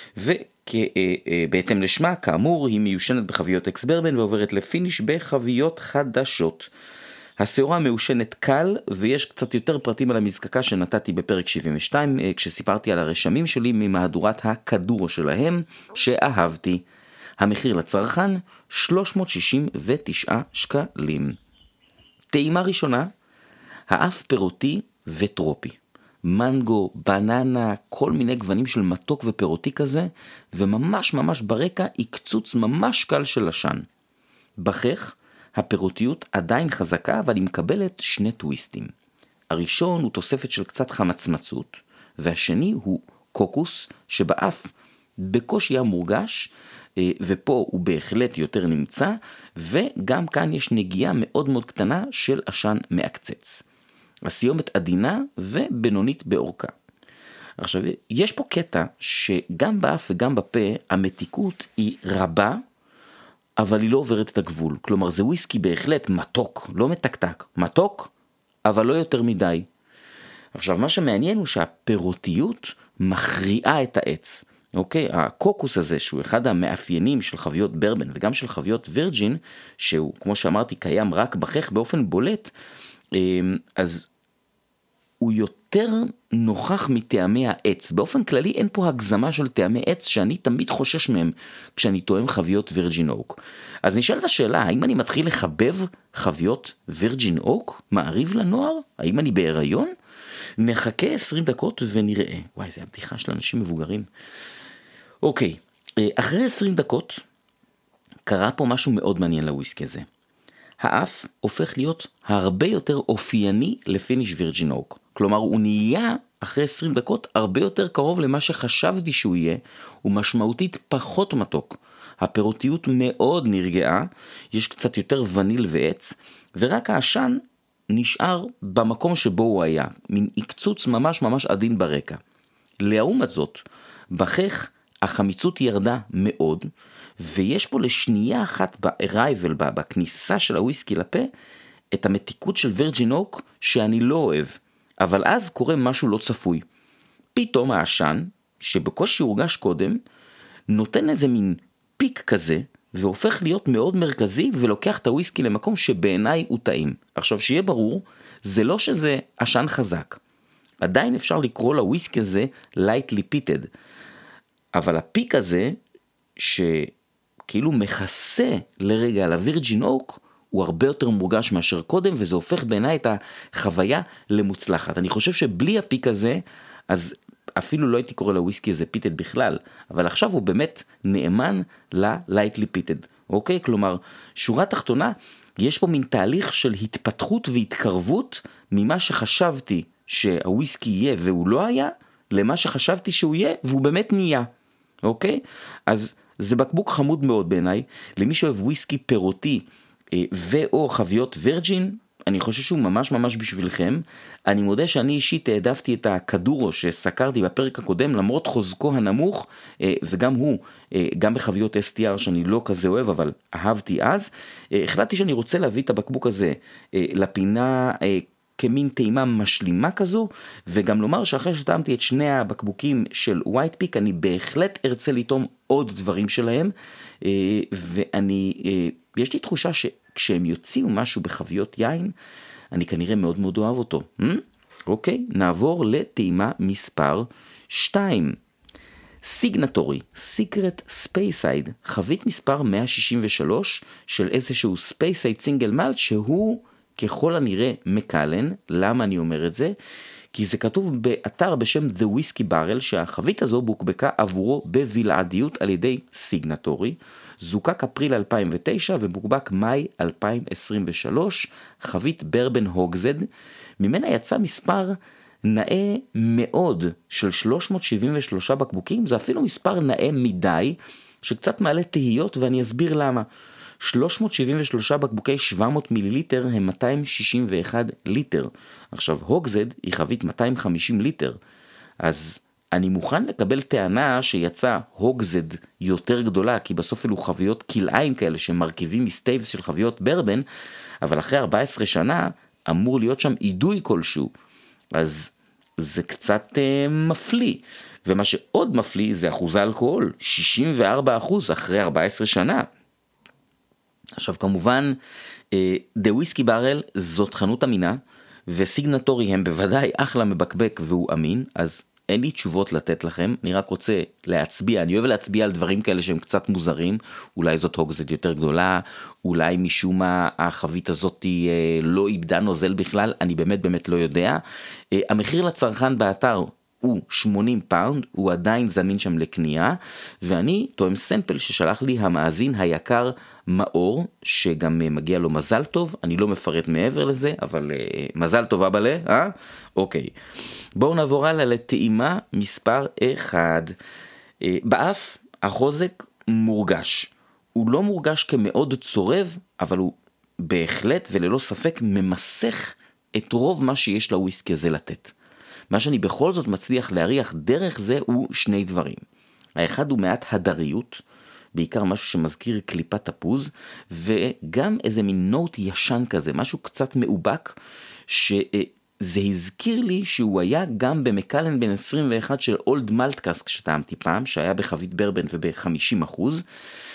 ובהתאם לשמה, כאמור, היא מיושנת בחביות אקס ברבן ועוברת לפיניש בחביות חדשות. השעורה מיושנת קל, ויש קצת יותר פרטים על המזקקה שנתתי בפרק שבעים ושתיים, כשסיפרתי על הרשמים שלי ממהדורת הכדורו שלהם, שאהבתי. המחיר לצרכן, שלוש מאות שישים ותשעה שקלים. טעימה ראשונה, האף פירותי וטרופי. מנגו, בננה, כל מיני גוונים של מתוק ופירותי כזה, וממש ממש ברקע יקצוץ ממש קל של לשן. בכך, הפירותיות עדיין חזקה, אבל היא מקבלת שני טוויסטים. הראשון הוא תוספת של קצת חמצמצות, והשני הוא קוקוס שבאף בקושי היה מורגש, ופה הוא בהחלט יותר נמצא, וגם כאן יש נגיעה מאוד מאוד קטנה של עשן מעקצץ. הסיומת עדינה ובינונית באורכה. עכשיו, יש פה קטע שגם באף וגם בפה המתיקות היא רבה, אבל היא לא עוברת את הגבול. כלומר, זה וויסקי בהחלט מתוק, לא מתקתק. מתוק, אבל לא יותר מדי. עכשיו, מה שמעניין הוא שהפירותיות מכריעה את העץ. אוקיי? הקוקוס הזה, שהוא אחד המאפיינים של חביות ברבן וגם של חביות וירג'ין, שהוא, כמו שאמרתי, קיים רק בכך באופן בולט, אז הוא יותר נוכח מטעמי העץ. באופן כללי אין פה הגזמה של טעמי עץ שאני תמיד חושש מהם כשאני טועם חביות וירג'ין אוק. אז נשאלת השאלה, האם אני מתחיל לחבב חביות וירג'ין אוק? מעריב לנוער? האם אני בהיריון? נחכה עשרים דקות ונראה. וואי, זה הבדיחה של אנשים מבוגרים. אוקיי, אחרי עשרים דקות קרה פה משהו מאוד מעניין לוויסקי הזה. האף הופך להיות הרבה יותר אופייני לפיניש וירג'ין אוק. כלומר, הוא נהיה אחרי עשרים דקות הרבה יותר קרוב למה שחשבתי שהוא יהיה, ומשמעותית פחות מתוק. הפירותיות מאוד נרגעה, יש קצת יותר וניל ועץ, ורק העשן נשאר במקום שבו הוא היה, מין עקצוץ ממש ממש עדין ברקע. לעומת זאת, בכך החמיצות ירדה מאוד, ויש פה לשנייה אחת בארייבל, בכניסה של הוויסקי לפה, את המתיקות של וירג'ין אוק שאני לא אוהב, אבל אז קורה משהו לא צפוי. פתאום העשן, שבקושי הורגש קודם, נותן איזה מין פיק כזה, והופך להיות מאוד מרכזי, ולוקח את הוויסקי למקום שבעיניי הוא טעים. עכשיו, שיהיה ברור, זה לא שזה עשן חזק. עדיין אפשר לקרוא לוויסקי הזה lightly pitted. אבל הפיק הזה, שכאילו מכסה לרגע על הווירג'ין אוק, הוא הרבה יותר מורגש מאשר קודם, וזה הופך בעיניי את החוויה למוצלחת. אני חושב שבלי הפיק הזה, אז אפילו לא הייתי קורא לוויסקי הזה פיטד בכלל, אבל עכשיו הוא באמת נאמן ל-lightly pitted, אוקיי? כלומר, שורה תחתונה, יש פה מין תהליך של התפתחות והתקרבות, ממה שחשבתי שהוויסקי יהיה והוא לא היה, למה שחשבתי שהוא יהיה והוא באמת נהיה, אוקיי? אז זה בקבוק חמוד מאוד בעיניי, למי שאוהב וויסקי פירותי, ואו חביות וירג'ין, אני חושב שהוא ממש ממש בשבילכם. אני מודה שאני אישית העדפתי את הכדורו שסקרתי בפרק הקודם, למרות חוזקו הנמוך, וגם הוא, גם בחביות אס טי אר שאני לא כזה אוהב, אבל אהבתי אז. החלטתי שאני רוצה להביא את הבקבוק הזה לפינה כמין טעימה משלימה כזו, וגם לומר שאחרי שטעמתי את שני הבקבוקים של ווייט פיק, אני בהחלט ארצה לטעום עוד דברים שלהם, ואני, יש לי תחושה ש... כשהם יוציאו משהו בחביות יין, אני כנראה מאוד מאוד אוהב אותו. אוקיי, נעבור לטעימה מספר שתיים. סיגנטורי, סיקרט ספייסייד, חבית מספר מאה שישים ושלוש, של איזשהו ספייסייד סינגל מלט, שהוא ככל הנראה מקלן. למה אני אומר את זה? כי זה כתוב באתר בשם The Whiskey Barrel, שהחבית הזו בוקבקה עבורו בבלעדיות על ידי סיגנטורי, זוקק אפריל אלפיים ותשע ובוקבק מאי אלפיים עשרים ושלוש, חבית ברבן הוגזד, ממנה יצא מספר נאה מאוד של שלוש מאות שבעים ושלושה בקבוקים, זה אפילו מספר נאה מדי, שקצת מעלה תהיות ואני אסביר למה. שלוש מאות שבעים ושלושה בקבוקי שבע מאות מיליליטר הם מאתיים שישים ואחד ליטר. עכשיו, הוגזד היא חבית מאתיים וחמישים ליטר. אז אני מוכן לקבל טענה שיצא הוגזד יותר גדולה, כי בסוף אלו חביות כלאיים כאלה שמרכיבים מסטייבס של חביות ברבן, אבל אחרי ארבע עשרה שנה אמור להיות שם עידוי כלשהו. אז זה קצת אה, מפליא. ומה שעוד מפליא זה אחוז האלכוהול, שישים וארבעה אחוז אחרי ארבע עשרה שנה. עכשיו כמובן, The Whiskey Barrel זאת חנות אמינה, וסיגנטורי הם בוודאי אחלה מבקבק והוא אמין, אז אין לי תשובות לתת לכם, אני רק רוצה להצביע, אני אוהב להצביע על דברים כאלה שהם קצת מוזרים, אולי זאת הוגזד יותר גדולה, אולי משום מה החבית הזאת לא איבדה נוזל בכלל, אני באמת באמת לא יודע. המחיר לצרכן באתר הוא שמונים פאונד, הוא עדיין זמין שם לקנייה, ואני תואם סמפל ששלח לי המאזין היקר מאור, שגם מגיע לו מזל טוב, אני לא מפרט מעבר לזה, אבל uh, מזל טוב אבא לה, אה? אוקיי. בואו נעבור הלאה לטעימה מספר אחד. Uh, באף החוזק מורגש. הוא לא מורגש כמאוד צורב, אבל הוא בהחלט וללא ספק ממסך את רוב מה שיש לוויסקי הזה לתת. מה שאני בכל זאת מצליח להריח דרך זה הוא שני דברים. האחד הוא מעט הדריות, בעיקר משהו שמזכיר קליפת תפוז, וגם איזה מין נוט ישן כזה, משהו קצת מאובק, שזה הזכיר לי שהוא היה גם במקלן בין עשרים ואחת של אולד מלטקאסק שטעמתי פעם, שהיה בחבית ברבן וב-חמישים אחוז,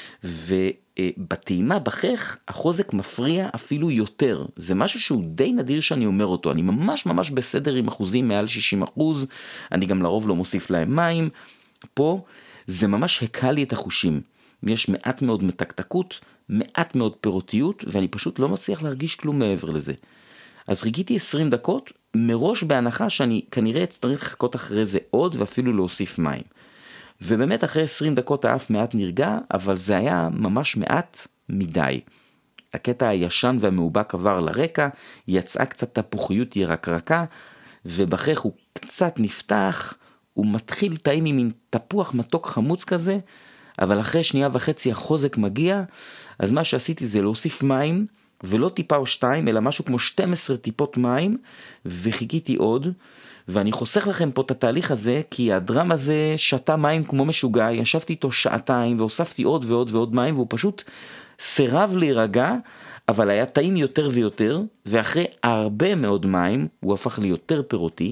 ובטעימה בכך החוזק מפריע אפילו יותר. זה משהו שהוא די נדיר שאני אומר אותו, אני ממש ממש בסדר עם אחוזים מעל שישים אחוז, אני גם לרוב לא מוסיף להם מים, פה זה ממש הקל לי את החושים. יש מעט מאוד מתקתקות, מעט מאוד פירותיות, ואני פשוט לא מצליח להרגיש כלום מעבר לזה. אז חיכיתי עשרים דקות, מראש בהנחה שאני כנראה אצטרך לחכות אחרי זה עוד, ואפילו להוסיף מים. ובאמת אחרי עשרים דקות האף מעט נרגע, אבל זה היה ממש מעט מדי. הקטע הישן והמאובק עבר לרקע, יצאה קצת תפוחיות ירקרקה, ובכך הוא קצת נפתח, הוא מתחיל טעים עם מין תפוח מתוק חמוץ כזה, אבל אחרי שנייה וחצי החוזק מגיע, אז מה שעשיתי זה להוסיף מים, ולא טיפה או שתיים, אלא משהו כמו שתים עשרה טיפות מים, וחיכיתי עוד, ואני חוסך לכם פה את התהליך הזה, כי הדרם הזה שתה מים כמו משוגע, ישבתי איתו שעתיים, והוספתי עוד ועוד ועוד מים, והוא פשוט סירב להירגע, אבל היה טעים יותר ויותר, ואחרי הרבה מאוד מים, הוא הפך לי יותר פירותי,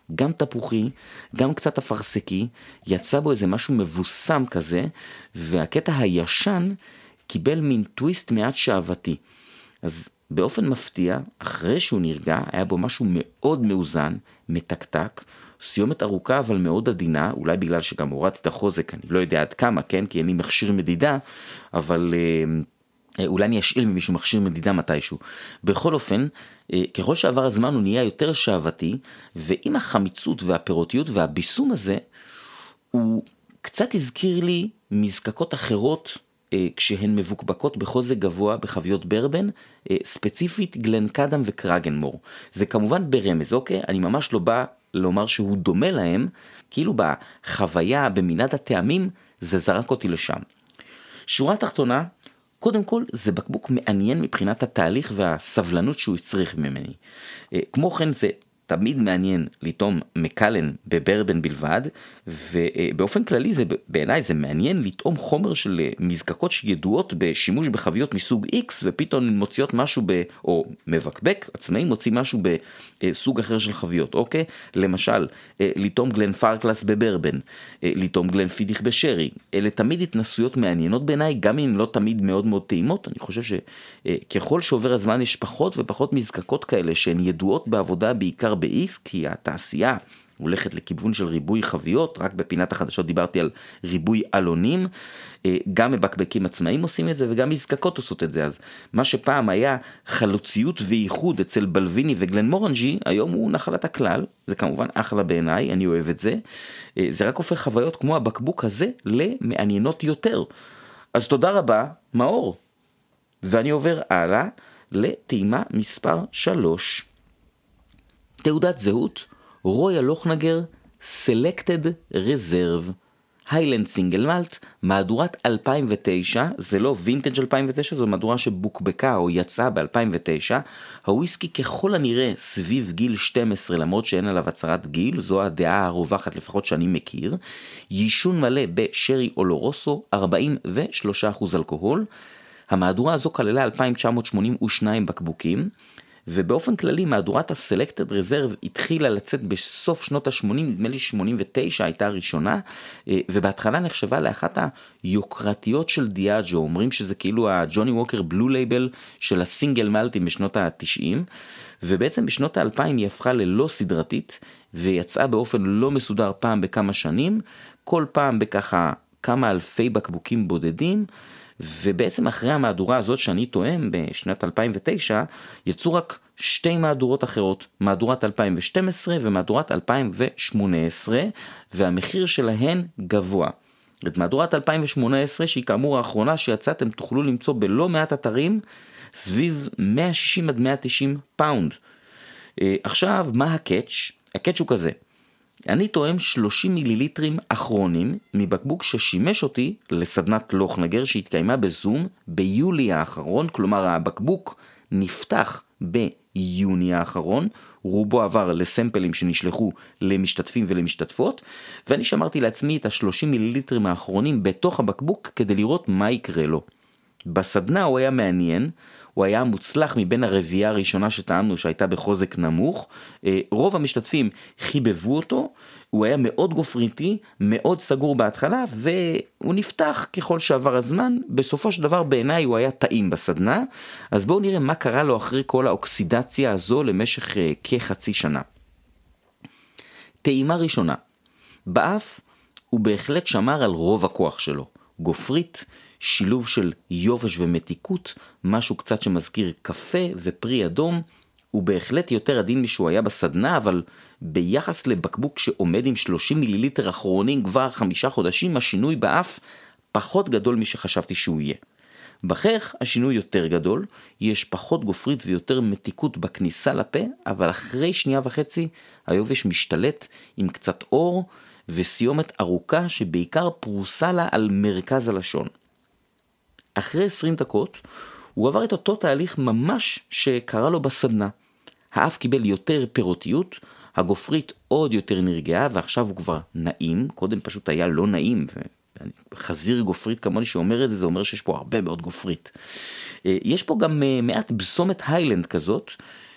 גם תפוחי, גם קצת אפרסקי, יצא בו איזה משהו מבוסם כזה, והקטע הישן קיבל מין טוויסט מעט שעוותי. אז באופן מפתיע, אחרי שהוא נרגע, היה בו משהו מאוד מאוזן, מתקתק, סיומת ארוכה אבל מאוד עדינה, אולי בגלל שגם הורדתי את החוזק, אני לא יודע עד כמה, כן? כי אין לי מכשיר מדידה, אבל אה, אולי אני אשאיל ממישהו מכשיר מדידה מתישהו. בכל אופן, אה, ככל שעבר הזמן הוא נהיה יותר שעוותי, ועם החמיצות והפירותיות והביסום הזה, הוא קצת הזכיר לי מזקקות אחרות, כשהן מבוקבקות בחוזק גבוה בחביות ברבן, ספציפית גלנקאדם וקרגנמור. זה כמובן ברמז, אוקיי? אני ממש לא בא לומר שהוא דומה להם, כאילו בחוויה, במנעד הטעמים, זה זרק אותי לשם. שורה תחתונה, קודם כל זה בקבוק מעניין מבחינת התהליך והסבלנות שהוא הצריך ממני. כמו כן זה תמיד מעניין לטעום מקלן בברבן בלבד, ובאופן כללי זה, בעיניי זה מעניין לטעום חומר של מזקקות שידועות בשימוש בחביות מסוג X, ופתאום מוציאות משהו, ב, או מבקבק עצמאי מוציא משהו בסוג אחר של חביות, אוקיי? למשל, לטעום גלן פארקלס בברבן, לטעום גלן פידיך בשרי, אלה תמיד התנסויות מעניינות בעיניי, גם אם לא תמיד מאוד מאוד טעימות. אני חושב שככל שעובר הזמן יש פחות ופחות מזקקות כאלה שהן ידועות בעבודה בעיקר ב-X, כי התעשייה הולכת לכיוון של ריבוי חביות, רק בפינת החדשות דיברתי על ריבוי אלונים, גם מבקבקים עצמאים עושים את זה וגם מזקקות עושות את זה. אז מה שפעם היה חלוציות וייחוד אצל בלוויני וגלן מורנג'י, היום הוא נחלת הכלל. זה כמובן אחלה בעיניי, אני אוהב את זה. זה רק הופך חוויות כמו הבקבוק הזה למעניינות יותר. אז תודה רבה, מאור. ואני עובר הלאה לטעימה מספר שלוש. תעודת זהות, רויאל לוכנגר, Selected Reserve, היילנד סינגל מלט, מהדורת אלפיים ותשע, זה לא וינטג' אלפיים ותשע, זו מהדורה שבוקבקה או יצאה ב-אלפיים ותשע, הוויסקי ככל הנראה סביב גיל שתים עשרה, למרות שאין עליו הצהרת גיל, זו הדעה הרווחת לפחות שאני מכיר, יישון מלא בשרי אולורוסו, ארבעים ושלושה אחוז אלכוהול, המהדורה הזו כללה אלפיים תשע מאות שמונים ושתיים בקבוקים, ובאופן כללי מהדורת ה-Selected Reserve התחילה לצאת בסוף שנות ה-שמונים, נדמה לי שמונים ותשע הייתה הראשונה, ובהתחלה נחשבה לאחת היוקרתיות של דיאג'ו, אומרים שזה כאילו הג'וני ווקר בלו לייבל של הסינגל מלטים בשנות ה-תשעים, ובעצם בשנות ה-אלפיים היא הפכה ללא סדרתית, ויצאה באופן לא מסודר פעם בכמה שנים, כל פעם בככה כמה אלפי בקבוקים בודדים, ובעצם אחרי המהדורה הזאת שאני טועם בשנת אלפיים ותשע, יצאו רק שתי מהדורות אחרות, מהדורת אלפיים ושתים עשרה ומהדורת אלפיים ושמונה עשרה, והמחיר שלהן גבוה. את מהדורת אלפיים ושמונה עשרה, שהיא כאמור האחרונה שיצאה, אתם תוכלו למצוא בלא מעט אתרים, סביב מאה שישים עד מאה תשעים פאונד. עכשיו, מה הקאץ'? הקאץ' הוא כזה. אני טועם שלושים מיליליטרים אחרונים מבקבוק ששימש אותי לסדנת לוכנגר שהתקיימה בזום ביולי האחרון, כלומר הבקבוק נפתח ביוני האחרון, רובו עבר לסמפלים שנשלחו למשתתפים ולמשתתפות, ואני שמרתי לעצמי את ה-שלושים מיליליטרים האחרונים בתוך הבקבוק כדי לראות מה יקרה לו. בסדנה הוא היה מעניין, הוא היה מוצלח מבין הרביעייה הראשונה שטעמנו שהייתה בחוזק נמוך, רוב המשתתפים חיבבו אותו, הוא היה מאוד גופריתי, מאוד סגור בהתחלה, והוא נפתח ככל שעבר הזמן, בסופו של דבר בעיניי הוא היה טעים בסדנה, אז בואו נראה מה קרה לו אחרי כל האוקסידציה הזו למשך כחצי שנה. טעימה ראשונה, באף הוא בהחלט שמר על רוב הכוח שלו, גופרית, שילוב של יובש ומתיקות, משהו קצת שמזכיר קפה ופרי אדום, הוא בהחלט יותר עדין משהו היה בסדנה, אבל ביחס לבקבוק שעומד עם שלושים מיליליטר אחרונים כבר חמישה חודשים, השינוי באף פחות גדול משחשבתי שהוא יהיה. בכך השינוי יותר גדול, יש פחות גופרית ויותר מתיקות בכניסה לפה, אבל אחרי שנייה וחצי היובש משתלט עם קצת אור וסיומת ארוכה שבעיקר פרוסה לה על מרכז הלשון. אחרי עשרים דקות הוא עבר את אותו תהליך ממש שקרה לו בסדנה. האף קיבל יותר פירותיות, הגופרית עוד יותר נרגעה, ועכשיו הוא כבר נעים, קודם פשוט היה לא נעים, חזיר גופרית כמוני שאומר את זה, זה אומר שיש פה הרבה מאוד גופרית. יש פה גם מעט בסומת היילנד כזאת,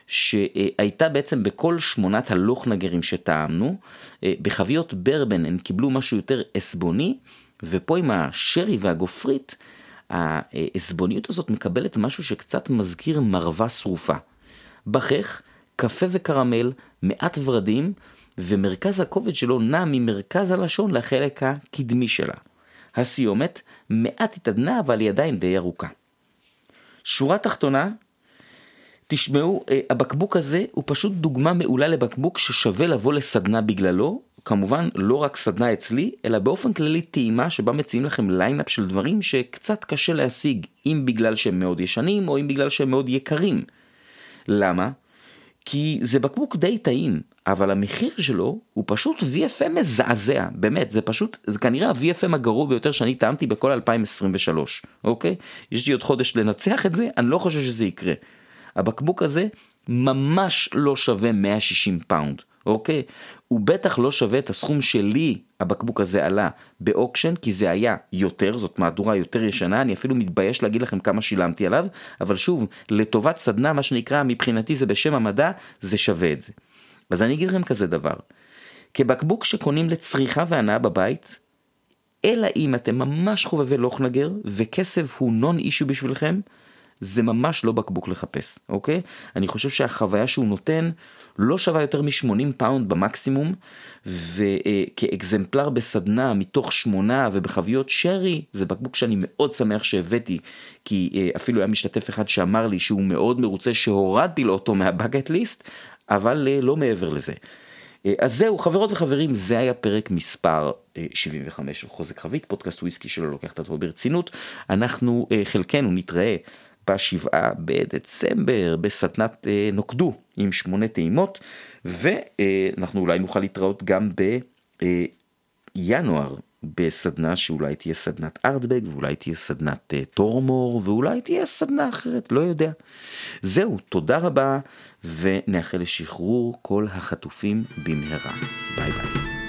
שהייתה בעצם בכל שמונת הלוכנגרים שטעמנו, בחביות ברבן הם קיבלו משהו יותר אסבוני, ופה עם השרי והגופרית, האסבוניות הזאת מקבלת משהו שקצת מזכיר מרווה שרופה. בכך, קפה וקרמל, מעט ורדים, ומרכז הכובד שלו נע ממרכז הלשון לחלק הקדמי שלה. הסיומת מעט התעדנה, אבל היא עדיין די ארוכה. שורה תחתונה, תשמעו, הבקבוק הזה הוא פשוט דוגמה מעולה לבקבוק ששווה לבוא לסדנה בגללו, כמובן לא רק סדנה אצלי, אלא באופן כללי טעימה שבה מציעים לכם ליינאפ של דברים שקצת קשה להשיג, אם בגלל שהם מאוד ישנים או אם בגלל שהם מאוד יקרים. למה? כי זה בקבוק די טעים, אבל המחיר שלו הוא פשוט וי אף אם מזעזע, באמת, זה פשוט, זה כנראה ה-וי אף אם הגרוע ביותר שאני טעמתי בכל אלפיים עשרים ושלוש, אוקיי? יש לי עוד חודש לנצח את זה, אני לא חושב שזה יקרה. הבקבוק הזה ממש לא שווה מאה ושישים פאונד, אוקיי? הוא בטח לא שווה את הסכום שלי, הבקבוק הזה עלה באוקשן, כי זה היה יותר, זאת מהדורה יותר ישנה, אני אפילו מתבייש להגיד לכם כמה שילמתי עליו, אבל שוב, לטובת סדנה, מה שנקרא, מבחינתי זה בשם המדע, זה שווה את זה. אז אני אגיד לכם כזה דבר, כבקבוק שקונים לצריכה והנאה בבית, אלא אם אתם ממש חובבי לוכנגר, וכסף הוא נון אישו בשבילכם, זה ממש לא בקבוק לחפש, אוקיי? אני חושב שהחוויה שהוא נותן לא שווה יותר מ-שמונים פאונד במקסימום, וכאקזמפלר בסדנה מתוך שמונה ובחביות שרי, זה בקבוק שאני מאוד שמח שהבאתי, כי אפילו היה משתתף אחד שאמר לי שהוא מאוד מרוצה שהורדתי לו אותו מהבקט ליסט, אבל לא מעבר לזה. אז זהו, חברות וחברים, זה היה פרק מספר שבעים וחמש של חוזק חבית, פודקאסט וויסקי שלא לוקח את עצמו ברצינות. אנחנו חלקנו נתראה בשבעה בדצמבר בסדנת נוקדו עם שמונה טעימות, ואנחנו אולי נוכל להתראות גם בינואר בסדנה שאולי תהיה סדנת ארדבג, ואולי תהיה סדנת טורמור, ואולי תהיה סדנה אחרת, לא יודע. זהו, תודה רבה, ונאחל לשחרור כל החטופים במהרה. ביי ביי.